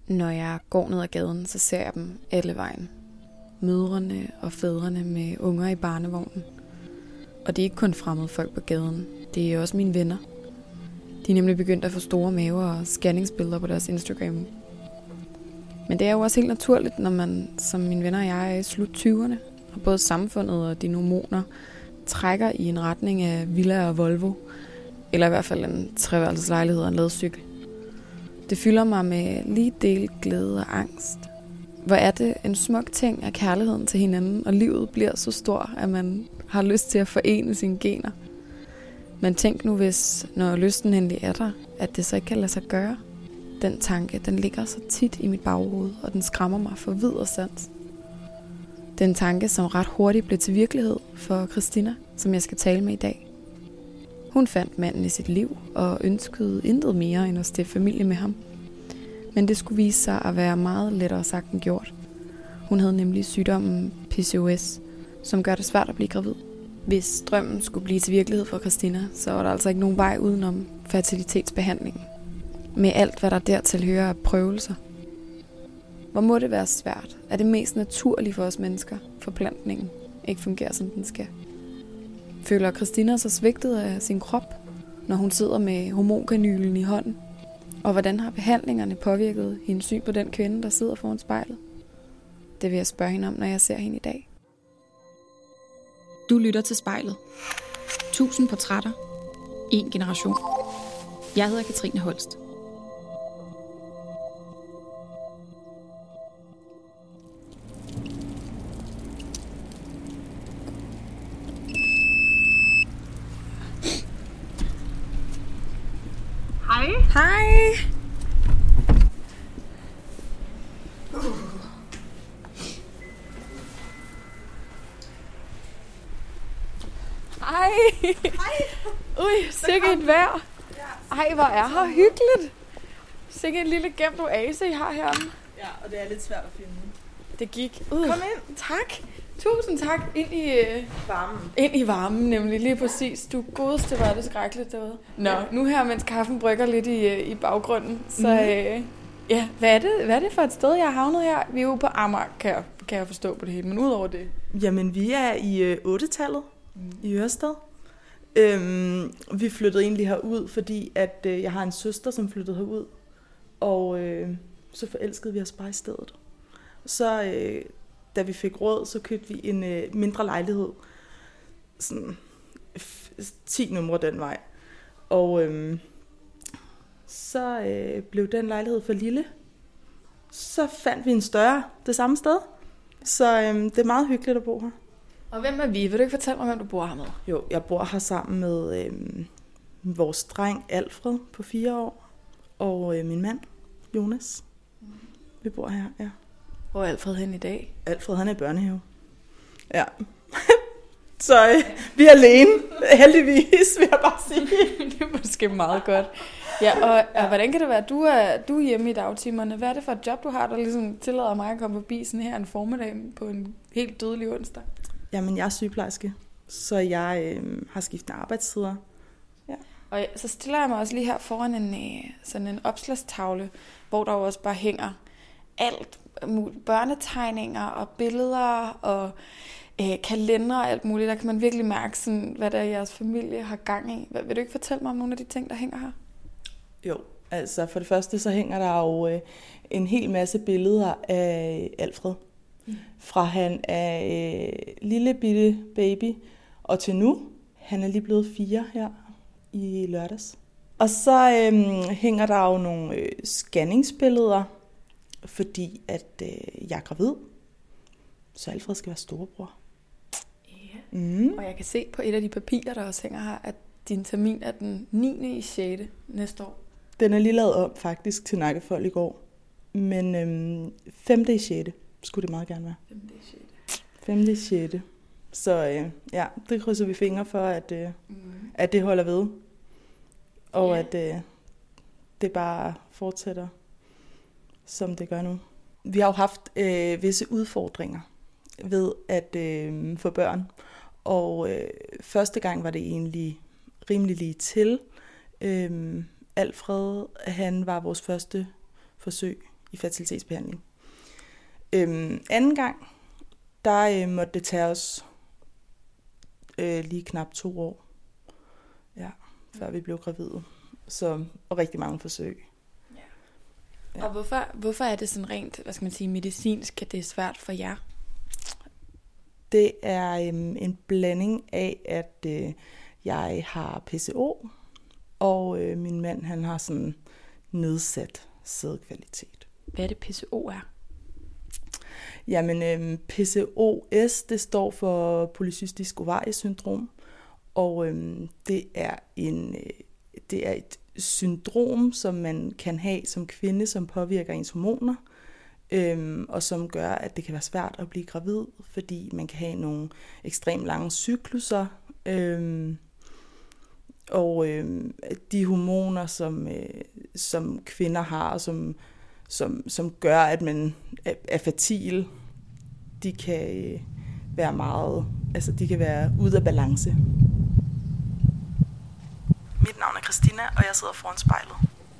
Når jeg går ned ad gaden, så ser jeg dem alle vejen. Mødrene og fædrene med unger i barnevognen. Og det er ikke kun fremmede folk på gaden. Det er også mine venner. De er nemlig begyndt at få store maver og scanningsbilleder på deres Instagram. Men det er jo også helt naturligt, når man, som mine venner og jeg, er i slut 20'erne, og både samfundet og dine hormoner trækker i en retning af villa og Volvo, eller i hvert fald en treværelseslejlighed og en ladcykel. Det fylder mig med lige del glæde og angst. Hvor er det en smuk ting af kærligheden til hinanden, og livet bliver så stor, at man har lyst til at forene sine gener. Men tænk nu, hvis, når lysten endelig er der, at det så ikke kan lade sig gøre. Den tanke, den ligger så tit i mit baghoved, og den skræmmer mig for vid og sans. Den tanke, som ret hurtigt blev til virkelighed for Christina, som jeg skal tale med i dag. Hun fandt manden i sit liv, og ønskede intet mere end at stifte familie med ham. Men det skulle vise sig at være meget lettere sagt end gjort. Hun havde nemlig sygdommen PCOS, som gør det svært at blive gravid. Hvis drømmen skulle blive til virkelighed for Christina, så var der altså ikke nogen vej udenom fertilitetsbehandlingen. Med alt, hvad der dertil hører af prøvelser. Hvor må det være svært? Er det mest naturligt for os mennesker, forplantningen ikke fungerer, som den skal? Føler Christina sig svigtet af sin krop, når hun sidder med hormonkanylen i hånden? Og hvordan har behandlingerne påvirket hendes syn på den kvinde, der sidder foran spejlet? Det vil jeg spørge hende om, når jeg ser hende i dag. Du lytter til Spejlet. 1000 portrætter. 1 generation. Jeg hedder Katrine Holst. Hej. Hej! Hej! Ui, sikke et vejr. Ej, hvor er her hyggeligt. Sikke en lille gemt oase, I har herinde. Ja, og det er lidt svært at finde. Det gik. Kom ind. Tak. Tusind tak. Ind Varmen. i varmen, nemlig. Lige præcis. Du godeste, var det skrækkeligt derude. Nå, nu her, mens kaffen brygger lidt i baggrunden. Så ja, hvad er det for et sted, jeg har havnet her? Vi er jo på Amager, kan jeg forstå på det hele. Men udover det. Jamen, vi er i 8-tallet i Ørsted. Vi flyttede egentlig herud, fordi at jeg har en søster, som flyttede herud. Og så forelskede vi os bare i stedet. Så da vi fik råd, så købte vi en mindre lejlighed. Sådan 10 numre den vej. Og så blev den lejlighed for lille. Så fandt vi en større det samme sted. Så det er meget hyggeligt at bo her. Og hvem er vi? Vil du ikke fortælle mig, hvem du bor her med? Jo, jeg bor her sammen med vores dreng Alfred på 4 år. Og min mand, Jonas. Vi bor her, ja. Hvor er Alfred hen i dag? Alfred, han er i børnehave. Ja. Så vi er alene, heldigvis, vil jeg bare sige. Det er måske meget godt. Ja, og hvordan kan det være, at du er hjemme i dagtimerne? Hvad er det for et job, du har, der ligesom tillader mig at komme forbi sådan her en formiddag på en helt dødelig onsdag? Jamen, jeg er sygeplejerske, så jeg har skiftende arbejdstider. Ja. Og så stiller jeg mig også lige her foran sådan en opslagstavle, hvor der jo også bare hænger alt muligt. Børnetegninger og billeder og kalender og alt muligt. Der kan man virkelig mærke, sådan, hvad der jeres familie har gang i. Vil du ikke fortælle mig om nogle af de ting, der hænger her? Jo, altså for det første så hænger der jo en hel masse billeder af Alfred. Fra han er lille bitte baby og til nu. Han er lige blevet 4 her i lørdags. Og så hænger der jo nogle scanningsbilleder, fordi at jeg er gravid. Så Alfred skal være storebror. Ja. Og jeg kan se på et af de papirer, der også hænger her, at din termin er den 9. i 6. næste år. Den er lige lavet om faktisk til nakkefold i går. Men 5. i 6. skulle det meget gerne være. 5. i 6. Så ja, det krydser vi fingre for, at det holder ved. Og at det bare fortsætter, som det gør nu. Vi har jo haft visse udfordringer ved at få børn. Og første gang var det egentlig rimelig lige til. Alfred, han var vores første forsøg i fertilitetsbehandling. Anden gang, der måtte det tage os lige knap 2 år, ja, før vi blev gravide. Og rigtig mange forsøg. Ja. Og hvorfor er det sådan rent, hvad skal man sige, medicinsk, at det er svært for jer? Det er en blanding af, at jeg har PCO, og min mand han har sådan nedsat sædkvalitet. Hvad er det PCO er? Jamen PCOS, det står for polycystisk ovariesyndrom, og det er et syndrom, som man kan have som kvinde, som påvirker ens hormoner, og som gør, at det kan være svært at blive gravid, fordi man kan have nogle ekstremt lange cykluser, og de hormoner, som kvinder har, som gør, at man er fertil, de kan være meget, altså de kan være ude af balance. Mit navn er Christina, og jeg sidder foran spejlet.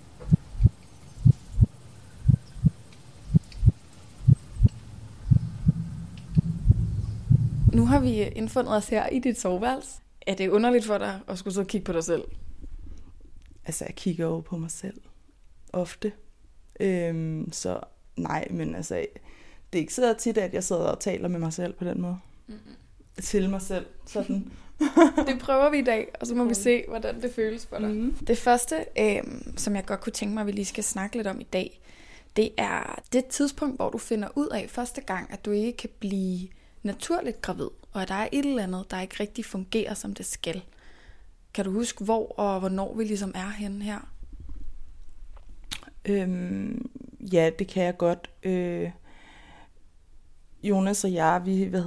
Nu har vi indfundet os her i dit soveværelse. Er det underligt for dig at skulle så kigge på dig selv? Altså, jeg kigger jo på mig selv ofte. Så nej, men altså, det er ikke så tit, at jeg sidder og taler med mig selv på den måde. Mm-hmm. Til mig selv, sådan. Det prøver vi i dag, og så må vi se, hvordan det føles for dig. Mm-hmm. Det første, som jeg godt kunne tænke mig, at vi lige skal snakke lidt om i dag, det er det tidspunkt, hvor du finder ud af første gang, at du ikke kan blive naturligt gravid, og at der er et eller andet, der ikke rigtig fungerer, som det skal. Kan du huske, hvor og hvornår vi ligesom er henne her? Ja, det kan jeg godt. Jonas og jeg,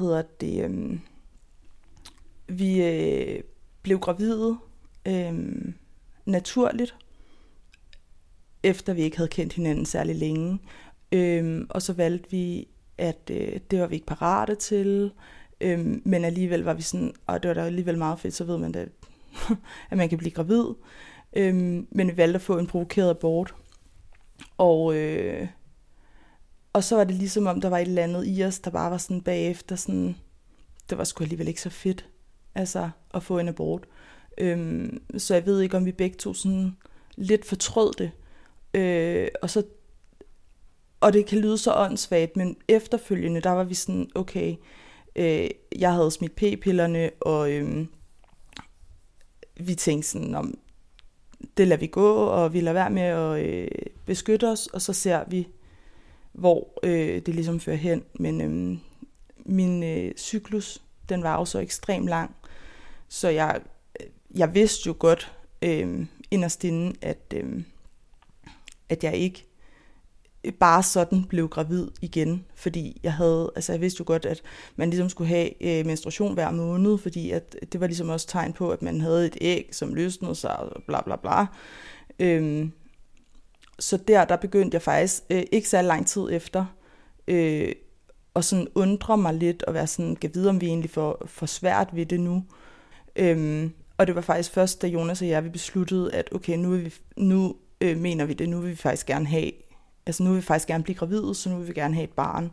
vi blev gravide naturligt, efter vi ikke havde kendt hinanden særlig længe. Og så valgte vi, at det var vi ikke parate til, men alligevel var vi sådan, og det var da alligevel meget fedt, så ved man da, at man kan blive gravid. Men vi valgte at få en provokeret abort. Og så var det ligesom om, der var et eller andet i os, der bare var sådan bagefter, sådan, det var sgu alligevel ikke så fedt, altså at få en abort. Så jeg ved ikke, om vi begge to sådan lidt fortrød det. Og det kan lyde så åndssvagt, men efterfølgende, der var vi sådan, okay, jeg havde smidt p-pillerne, og vi tænkte sådan, om det lader vi gå, og vi lader være med at beskytte os, og så ser vi, hvor det ligesom fører hen. Men min cyklus, den var jo så ekstremt lang, så jeg vidste jo godt inderst inde, at jeg ikke bare sådan blev gravid igen, fordi jeg vidste jo godt, at man ligesom skulle have menstruation hver måned, fordi at det var ligesom også tegn på, at man havde et æg, som løsnede sig, og bla bla bla. Så der begyndte jeg faktisk ikke så lang tid efter, og sådan undre mig lidt, og være sådan, kan vide, om vi egentlig får svært ved det nu. Og det var faktisk først, da Jonas og jeg vi besluttede, at okay, nu mener vi det, nu vil vi faktisk gerne have, altså nu vil vi faktisk gerne blive gravide, så nu vil vi gerne have et barn.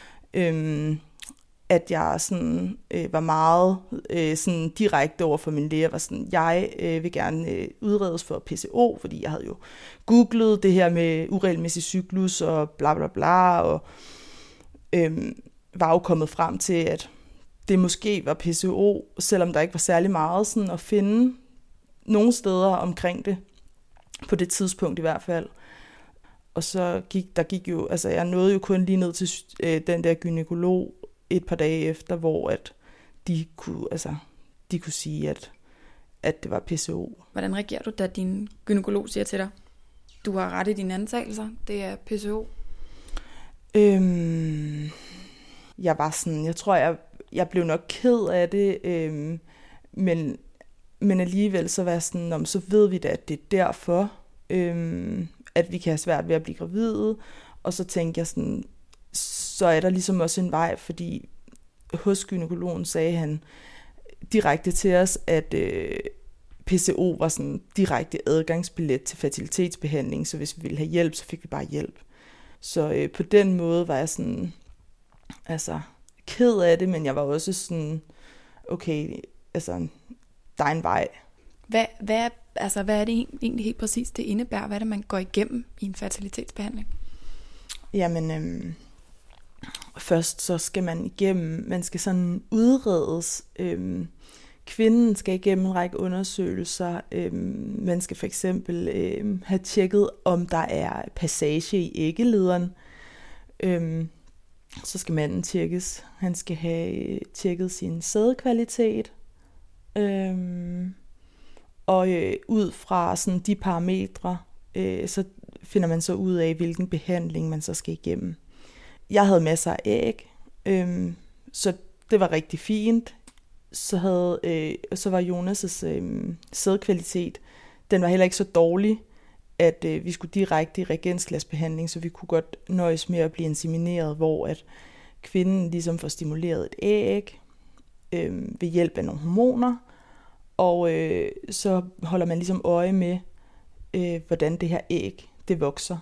At jeg sådan, var meget sådan direkte over for min læge, var sådan, jeg vil gerne udredes for PCO, fordi jeg havde jo googlet det her med uregelmæssig cyklus og bla bla bla, og var jo kommet frem til, at det måske var PCO, selvom der ikke var særlig meget sådan at finde nogle steder omkring det, på det tidspunkt i hvert fald. Og så gik jo, altså jeg nåede jo kun lige ned til den der gynekolog et par dage efter, hvor at de kunne sige, at det var PCO. Hvordan reagerer du, da din gynekolog siger til dig, du har ret i dine antagelser, det er PCO? Jeg var sådan, jeg tror, jeg blev nok ked af det, men alligevel så var jeg sådan, så ved vi da, at det er derfor, at vi kan have svært ved at blive gravide. Og så tænkte jeg sådan, så er der ligesom også en vej, fordi hos gynekologen sagde han direkte til os, at PCO var sådan direkte adgangsbillet til fertilitetsbehandling, så hvis vi ville have hjælp, så fik vi bare hjælp. Så på den måde var jeg sådan, altså ked af det, men jeg var også sådan, okay, altså der er en vej. Hvad er det egentlig helt præcis, det indebærer? Hvad er det, man går igennem i en fertilitetsbehandling? Jamen, først så skal man skal sådan udredes. Kvinden skal igennem en række undersøgelser. Man skal for eksempel have tjekket, om der er passage i æggelederen. Så skal manden tjekkes. Han skal have tjekket sin sædkvalitet. Og ud fra sådan de parametre, så finder man så ud af, hvilken behandling man så skal igennem. Jeg havde masser af æg, så det var rigtig fint. Så var Jonas' sædkvalitet, den var heller ikke så dårlig, at vi skulle direkte i reagensglasbehandling, så vi kunne godt nøjes med at blive insemineret, hvor at kvinden ligesom får stimuleret et æg ved hjælp af nogle hormoner, og så holder man ligesom øje med, hvordan det her æg, det vokser.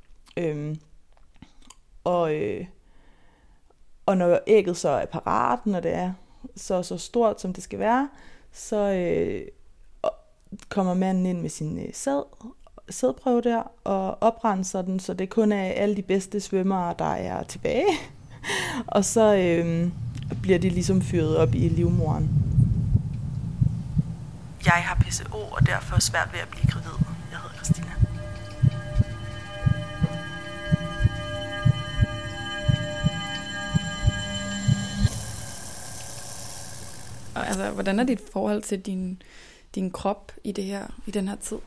Og når ægget så er parat, når det er så stort, som det skal være, så kommer manden ind med sin sædprøve der, og oprenser den, så det kun er alle de bedste svømmere, der er tilbage. Og så bliver de ligesom fyret op i livmoderen. Jeg har PCO, og derfor er svært ved at blive gravid. Jeg hedder Christina. Og altså, hvordan er dit forhold til din krop i den her tid?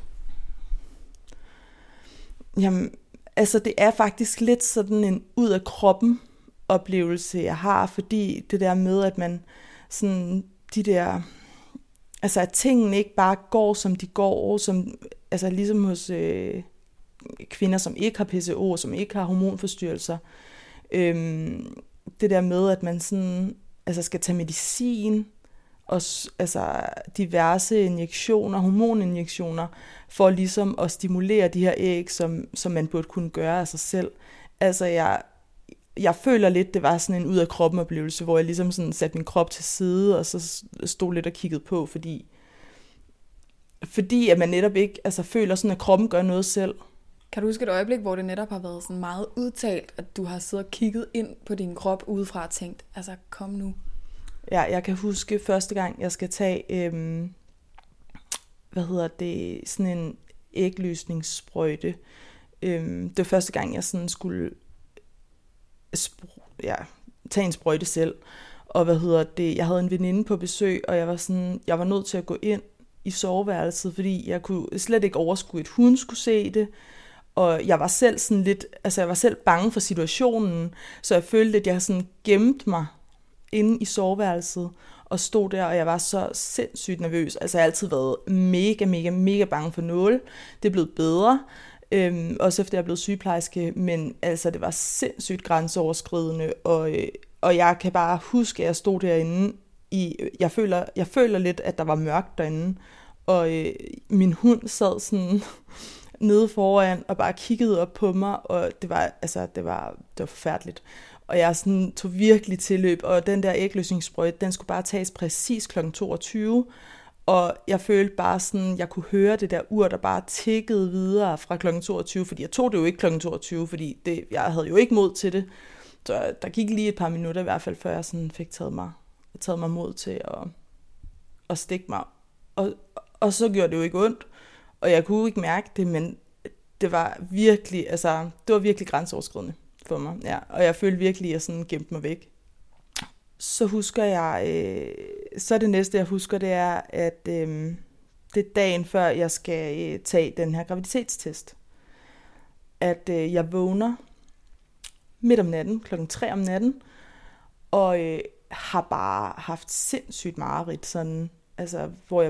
Jamen, altså det er faktisk lidt sådan en ud af kroppen oplevelse, jeg har, fordi det der med, at man sådan de der, altså at tingene ikke bare går, som de går, som, altså ligesom hos kvinder, som ikke har PCO, som ikke har hormonforstyrrelser. Det der med, at man sådan, altså skal tage medicin, og altså diverse injektioner, hormoninjektioner, for ligesom at stimulere de her æg, som man burde kunne gøre af sig selv. Altså jeg føler lidt, det var sådan en ud af kroppen oplevelse, hvor jeg ligesom sådan satte min krop til side, og så stod lidt og kiggede på, fordi at man netop ikke altså føler sådan, at kroppen gør noget selv. Kan du huske et øjeblik, hvor det netop har været sådan meget udtalt, at du har siddet og kigget ind på din krop udefra og tænkt, altså kom nu? Ja, jeg kan huske første gang, jeg skal tage, sådan en ægløsningssprøjte. Det var første gang, jeg sådan skulle tage en sprøjte selv. Og jeg havde en veninde på besøg, og jeg var nødt til at gå ind i soveværelset, fordi jeg kunne slet ikke overskue, at hun skulle se det. Og jeg var selv sådan lidt, altså jeg var selv bange for situationen, så jeg følte, at jeg sådan gemte mig inde i soveværelset og stod der, og jeg var så sindssygt nervøs. Altså jeg har altid været mega, mega, mega bange for nåle. Det er blevet bedre, også efter jeg er blevet sygeplejerske, men altså det var sindssygt grænseoverskridende, og jeg kan bare huske, at jeg stod derinde jeg føler lidt, at der var mørkt derinde, og min hund sad sådan nede foran og bare kiggede op på mig, og det var forfærdeligt. Og jeg sådan tog virkelig tilløb, og den der ægløsningssprøjte, den skulle bare tages præcis kl. 22, og jeg følte bare sådan, jeg kunne høre det der ur, der bare tikkede videre fra kl. 22, fordi jeg tog det jo ikke kl. 22, fordi jeg havde jo ikke mod til det. Så der gik lige et par minutter i hvert fald, før jeg sådan fik taget mig mod til at stikke mig. Og så gjorde det jo ikke ondt, og jeg kunne ikke mærke det, men det var virkelig grænseoverskridende for mig. Ja, og jeg følte virkelig, at jeg sådan gemte mig væk. Så husker jeg, så det næste jeg husker, det er, at det er dagen før jeg skal tage den her graviditetstest. At jeg vågner midt om natten, 3:00 om natten, og har bare haft sindssygt mareridt, sådan, altså, hvor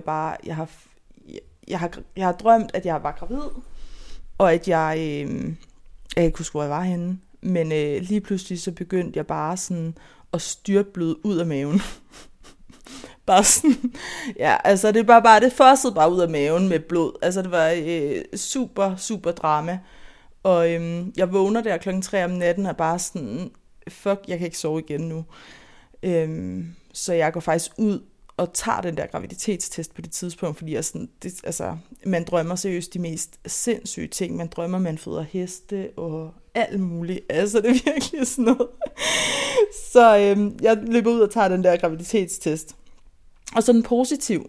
jeg har drømt, at jeg var gravid, og at jeg ikke huske, hvor jeg var henne, men lige pludselig så begyndte jeg bare sådan at styrtbløde ud af maven. Bare sådan, ja, altså det fossede bare ud af maven med blod, altså det var super, super drama, Og jeg vågner der 3:00 om natten og er bare sådan, fuck, jeg kan ikke sove igen nu. Så jeg går faktisk ud og tager den der graviditetstest på det tidspunkt, fordi jeg sådan, man drømmer seriøst de mest sindssyge ting. Man drømmer, man føder heste og alt muligt. Altså, det er virkelig sådan noget. Så jeg løber ud og tager den der graviditetstest. Og så er den positiv.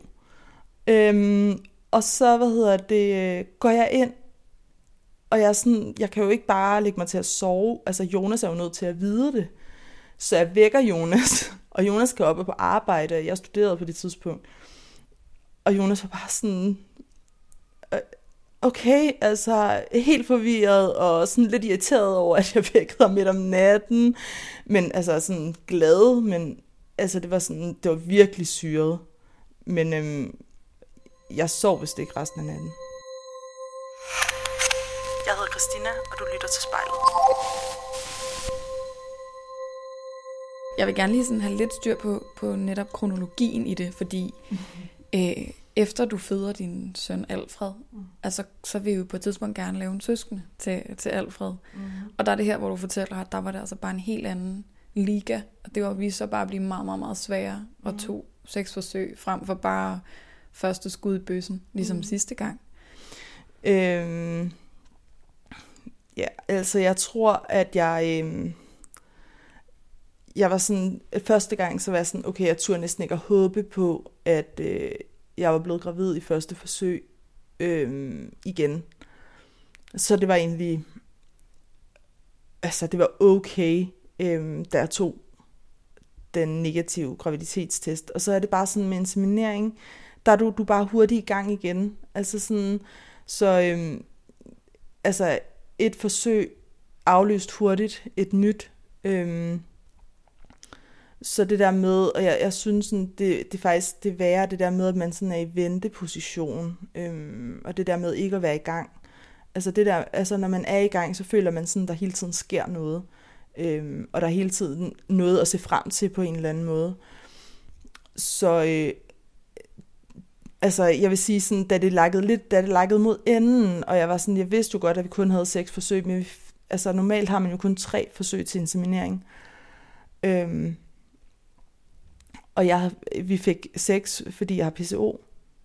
Og så, går jeg ind, og jeg kan jo ikke bare lægge mig til at sove. Altså, Jonas er jo nødt til at vide det. Så jeg vækker Jonas, og Jonas skal op og på arbejde. Jeg studerede på det tidspunkt. Og Jonas var bare sådan, okay, altså helt forvirret og sådan lidt irriteret over, at jeg vækkede ham midt om natten. Men altså sådan glad, men altså det var virkelig syret. Men jeg sov vist ikke resten af natten. Jeg hedder Christina, og du lytter til Spejlet. Jeg vil gerne lige sådan have lidt styr på netop kronologien i det, fordi efter du føder din søn Alfred, altså, så vil vi jo på et tidspunkt gerne lave en søskende til Alfred. Og der er det her, hvor du fortæller, at der var det altså bare en helt anden liga, og det var vi så bare blive meget, meget, meget sværere og 2 forsøg frem for bare første skud i bøssen, ligesom sidste gang. Ja, altså jeg tror, at jeg var sådan, første gang, så var jeg sådan, okay, jeg turde næsten ikke at håbe på, at jeg var blevet gravid i første forsøg igen. Så det var egentlig, altså det var okay, da jeg tog den negative graviditetstest. Og så er det bare sådan med inseminering, der er du bare hurtigt i gang igen. Altså sådan, så altså et forsøg aflyst hurtigt, et nyt. Så det der med, og jeg synes sådan, det er faktisk det værre, det der med, at man sådan er i venteposition, og det der med ikke at være i gang. Altså det der, altså når man er i gang, så føler man sådan, der hele tiden sker noget, og der er hele tiden noget at se frem til på en eller anden måde. Så altså jeg vil sige sådan, da det lakkede mod enden, og jeg vidste jo godt, at vi kun havde 6 forsøg, men altså normalt har man jo kun 3 forsøg til inseminering. Og vi fik 6, fordi jeg har PCO.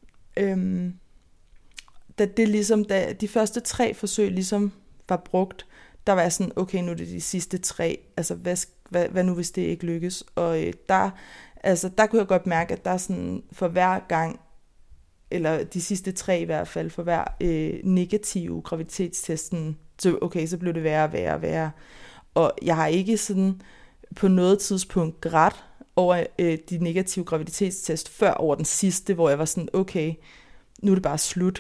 Da de første 3 forsøg ligesom var brugt, der var jeg sådan, okay, nu er det de sidste 3, altså hvad nu hvis det ikke lykkes? Og der kunne jeg godt mærke, at der er sådan for hver gang, eller de sidste 3 i hvert fald, for hver negative graviditetstesten, så okay, så blev det værre. Og jeg har ikke sådan på noget tidspunkt grædt over de negative graviditetstest, før over den sidste, hvor jeg var sådan, okay, nu er det bare slut.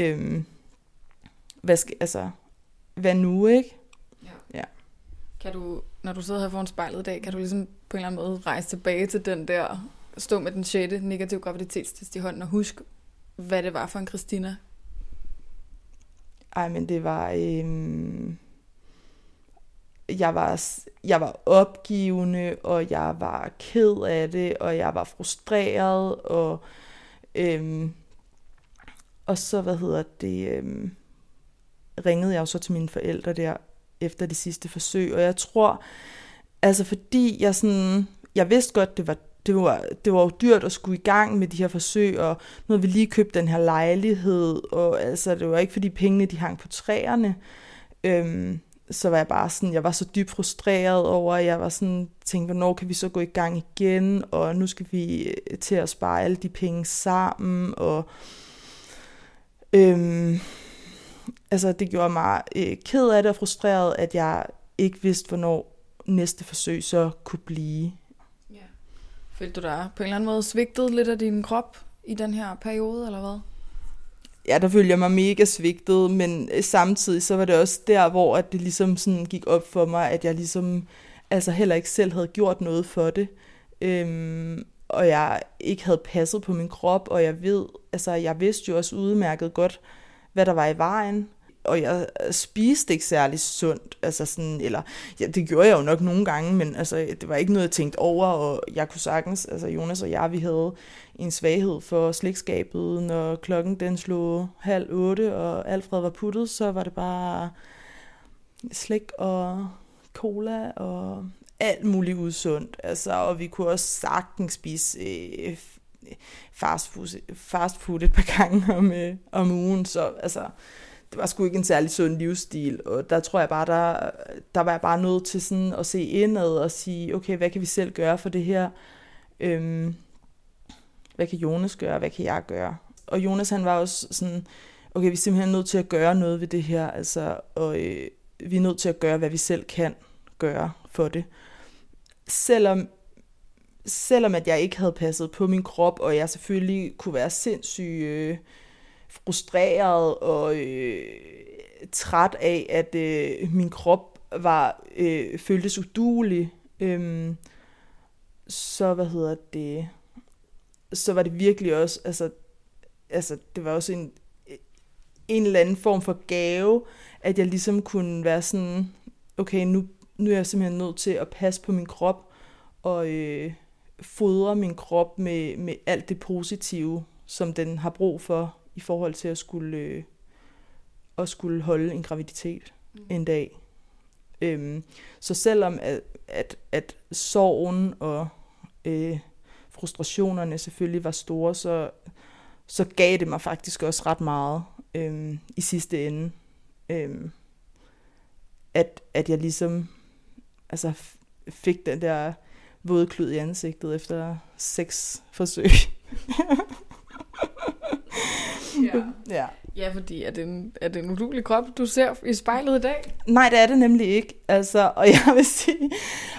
Hvad nu, ikke? Ja. Kan du, når du sidder her foran spejlet i dag, kan du ligesom på en eller anden måde rejse tilbage til den der, stå med den 6. negative graviditetstest i hånden og huske, hvad det var for en Christina? Ej, men det var... Jeg var opgivende, og jeg var ked af det, og jeg var frustreret, og så, ringede jeg jo så til mine forældre der, efter det sidste forsøg, og jeg tror, altså fordi jeg vidste godt, det var jo dyrt at skulle i gang med de her forsøg, og nu havde vi lige købt den her lejlighed, og altså det var ikke fordi pengene de hang på træerne, så var jeg bare sådan, jeg var så dybt frustreret over, at jeg var sådan, tænkte, hvornår kan vi så gå i gang igen, og nu skal vi til at spare alle de penge sammen, og altså det gjorde mig ked af det og frustreret, at jeg ikke vidste, hvornår næste forsøg så kunne blive. Ja. Følte du dig på en eller anden måde svigtet lidt af din krop i den her periode, eller hvad? Ja, der følte jeg mig mega svigtet, men samtidig så var det også der, hvor at det ligesom sådan gik op for mig, at jeg ligesom altså heller ikke selv havde gjort noget for det, og jeg ikke havde passet på min krop, og jeg vidste jo også udmærket godt, hvad der var i vejen, og jeg spiste ikke særlig sundt, altså sådan, eller ja, det gjorde jeg jo nok nogle gange, men altså det var ikke noget jeg tænkte over, og jeg kunne sagtens, altså Jonas og jeg, vi havde en svaghed for slægtskabet, når klokken den slog 7:30, og Alfred var puttet, så var det bare slik og cola og alt muligt usundt. Altså, og vi kunne også sagtens spise fast food et par gange om ugen. Så altså, det var sgu ikke en særlig sund livsstil. Og der tror jeg bare, der var jeg bare nødt til sådan at se indad og sige, okay, hvad kan vi selv gøre for det her? Hvad kan Jonas gøre? Hvad kan jeg gøre? Og Jonas, han var også sådan, okay, vi er simpelthen nødt til at gøre noget ved det her, altså, og vi er nødt til at gøre, hvad vi selv kan gøre for det. Selvom at jeg ikke havde passet på min krop, og jeg selvfølgelig kunne være sindssygt frustreret og træt af, at min krop føltes uduelig, så var det virkelig også, altså det var også en eller anden form for gave, at jeg ligesom kunne være sådan, okay, nu er jeg simpelthen nødt til at passe på min krop, og fodre min krop med alt det positive, som den har brug for, i forhold til at skulle holde en graviditet en dag. Så selvom at sorgen og frustrationerne selvfølgelig var store, så gav det mig faktisk også ret meget i sidste ende. At jeg ligesom altså fik den der våde klud i ansigtet efter 6 forsøg. Ja. Ja, fordi er det en uduelig krop, du ser i spejlet i dag? Nej, det er det nemlig ikke. Altså, og jeg vil sige,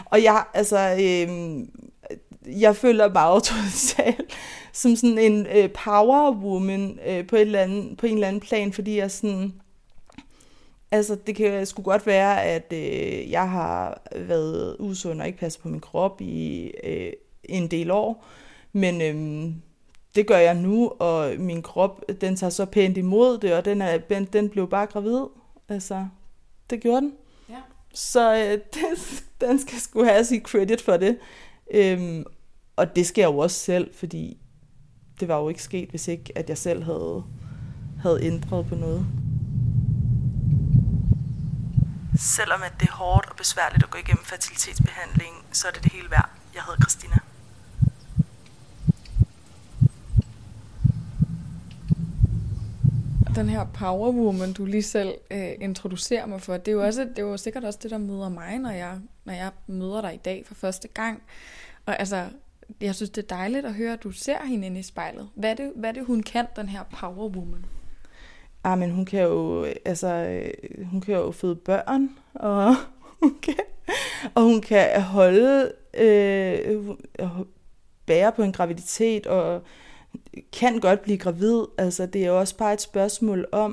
jeg føler bare totalt som sådan en power woman på en eller anden plan, fordi jeg sådan, altså det kan sgu godt være, at jeg har været usund og ikke passet på min krop i en del år, men det gør jeg nu, og min krop, den tager så pænt imod det, og den blev bare gravid. Altså, det gjorde den. Ja. Så den skal sgu have sit credit for det. Og det sker jo også selv, fordi det var jo ikke sket, hvis ikke at jeg selv havde ændret på noget. Selvom at det er hårdt og besværligt at gå igennem fertilitetsbehandling, så er det hele værd. Jeg hedder Christina. Den her power woman, du lige selv introducerer mig for, det er jo sikkert også det, der møder mig, når jeg møder dig i dag for første gang. Og altså, jeg synes, det er dejligt at høre, at du ser hende inde i spejlet. Hvad er det, hun kan, den her power woman? Men hun kan jo føde børn, og hun kan bære på en graviditet, og kan godt blive gravid. Altså, det er jo også bare et spørgsmål om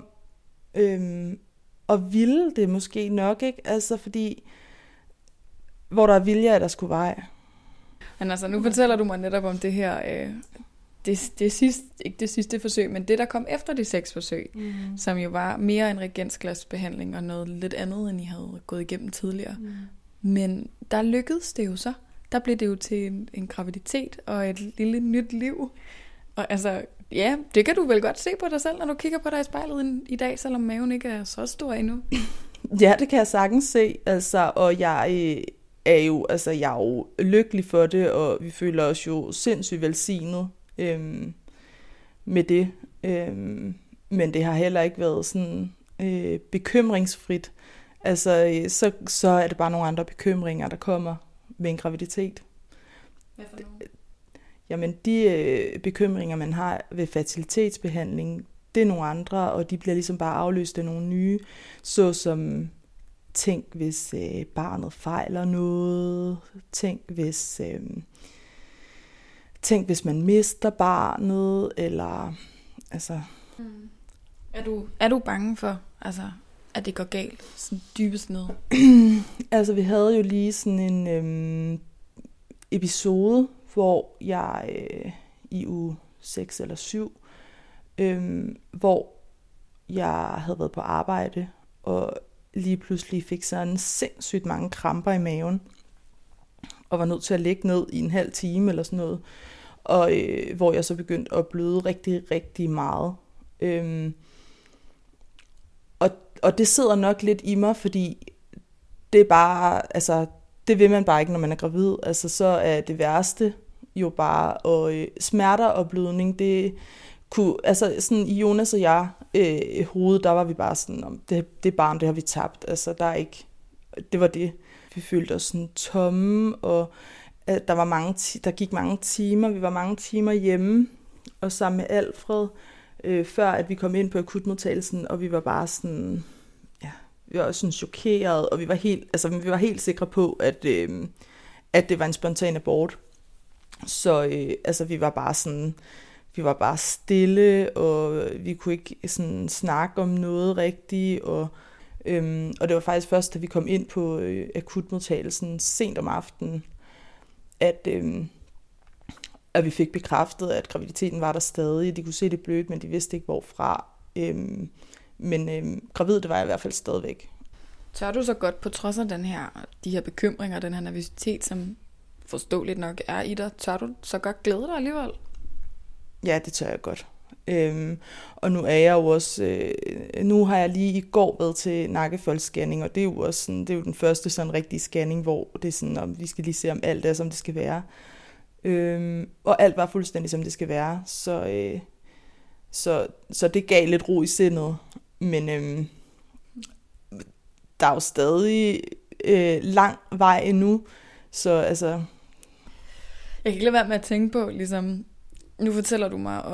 at ville det måske nok, ikke? Altså, fordi hvor der er vilje, er der sgu vej. Men altså, nu fortæller du mig netop om det her, ikke det sidste forsøg, men det, der kom efter de 6 forsøg, som jo var mere en reagensglasbehandling og noget lidt andet, end I havde gået igennem tidligere. Men der lykkedes det jo så. Der blev det jo til en graviditet og et lille nyt liv. Og altså, ja, det kan du vel godt se på dig selv, når du kigger på dig i spejlet i dag, selvom maven ikke er så stor endnu. Ja, det kan jeg sagtens se, altså, og jeg er jo lykkelig for det, og vi føler os jo sindssygt velsignet med det. Men det har heller ikke været sådan bekymringsfrit. Altså, så er det bare nogle andre bekymringer, der kommer ved en graviditet. Hvad for nogle? Jamen, de bekymringer, man har ved fertilitetsbehandling, det er nogle andre, og de bliver ligesom bare afløst af nogle nye, såsom tænk, hvis barnet fejler noget, tænk, hvis man mister barnet, eller altså... Er du bange for, altså, at det går galt, sådan dybest ned? Altså, vi havde jo lige sådan en episode, hvor jeg i uge 6 eller 7, hvor jeg havde været på arbejde, og lige pludselig fik sådan sindssygt mange kramper i maven, og var nødt til at ligge ned i en halv time eller sådan noget, og hvor jeg så begyndte at bløde rigtig, rigtig meget. Og det sidder nok lidt i mig, fordi det er bare, altså, det vil man bare ikke, når man er gravid. Altså, så er det værste jo bare, og smerter og blødning, det kunne, altså sådan i Jonas og jeg, hovedet, der var vi bare sådan, det barn, det har vi tabt. Altså, der er ikke, det var det. Vi følte os sådan tomme, og der gik mange timer, vi var mange timer hjemme, og sammen med Alfred, før at vi kom ind på akutmodtagelsen, og vi var bare sådan, ja, vi var også sådan chokeret, og vi var helt sikre på, at det var en spontan abort. Så altså vi var bare stille, og vi kunne ikke sådan snakke om noget rigtigt, og det var faktisk først, da vi kom ind på akutmodtagelsen sent om aftenen, at vi fik bekræftet, at graviditeten var der stadig. De kunne se det blødt, men de vidste ikke hvorfra. Men gravid, det var jeg i hvert fald stadigvæk. Tør du så godt, på trods af de her bekymringer, den her nervøsitet, som forståeligt nok er i dig, tør du så godt glæde dig alligevel? Ja, det tør jeg godt. Og nu er jeg jo også, nu har jeg lige i går været til nakkefoldsscanning, og det er jo også sådan, det er jo den første sådan rigtige scanning, hvor det er sådan, om vi skal lige se, om alt er, som det skal være. Og alt var fuldstændig, som det skal være. Så det gav lidt ro i sindet. Men der er jo stadig lang vej endnu. Så altså... Jeg kan ikke lade være med at tænke på, ligesom... Nu fortæller du mig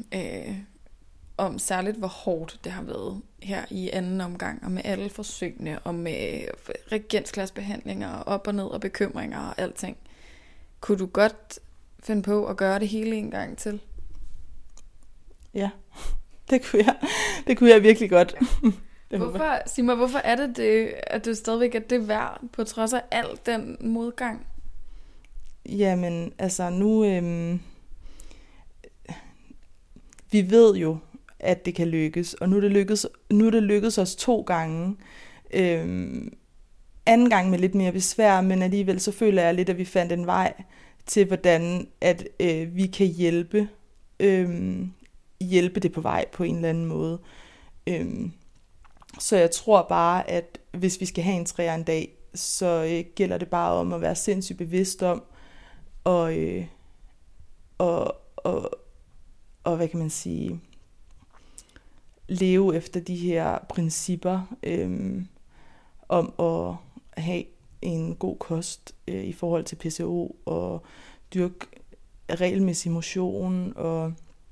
om særligt, hvor hårdt det har været her i anden omgang, og med alle forsøgene, og med reagensglasbehandlinger, og op og ned, og bekymringer og alting. Kunne du godt finde på at gøre det hele en gang til? Ja, det kunne jeg virkelig godt. Hvorfor er det, at du stadigvæk er det værd, på trods af al den modgang? Jamen, altså nu... vi ved jo, at det kan lykkes, og nu er det lykkedes os 2 gange. Anden gang med lidt mere besvær, men alligevel så føler jeg lidt, at vi fandt en vej til, hvordan at vi kan hjælpe det på vej på en eller anden måde. Så jeg tror bare, at hvis vi skal have en 3'er en dag, så gælder det bare om at være sindssygt bevidst om, og hvad kan man sige, leve efter de her principper om at have en god kost i forhold til PCO, og dyrke regelmæssig motion, og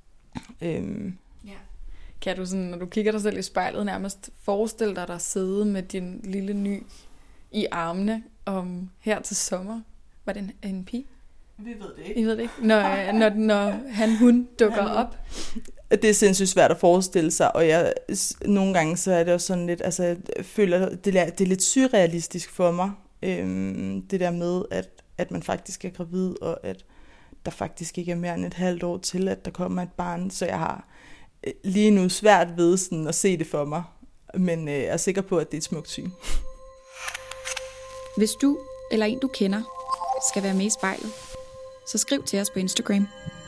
Kan du sådan, når du kigger dig selv i spejlet, nærmest forestille dig sidde med din lille ny i armene her til sommer? Var det en pige? Vi ved det ikke. I ved det ikke? Når hun dukker op? Det er sindssygt svært at forestille sig, og nogle gange så er det også sådan lidt, altså jeg føler, det er lidt surrealistisk for mig, det der med, at man faktisk er gravid, og at der faktisk ikke er mere end et halvt år til, at der kommer et barn, så jeg har lige nu svært ved sådan at se det for mig, men jeg er sikker på, at det er et smukt syn. Hvis du eller en, du kender, skal være med i spejlet, så skriv til os på Instagram.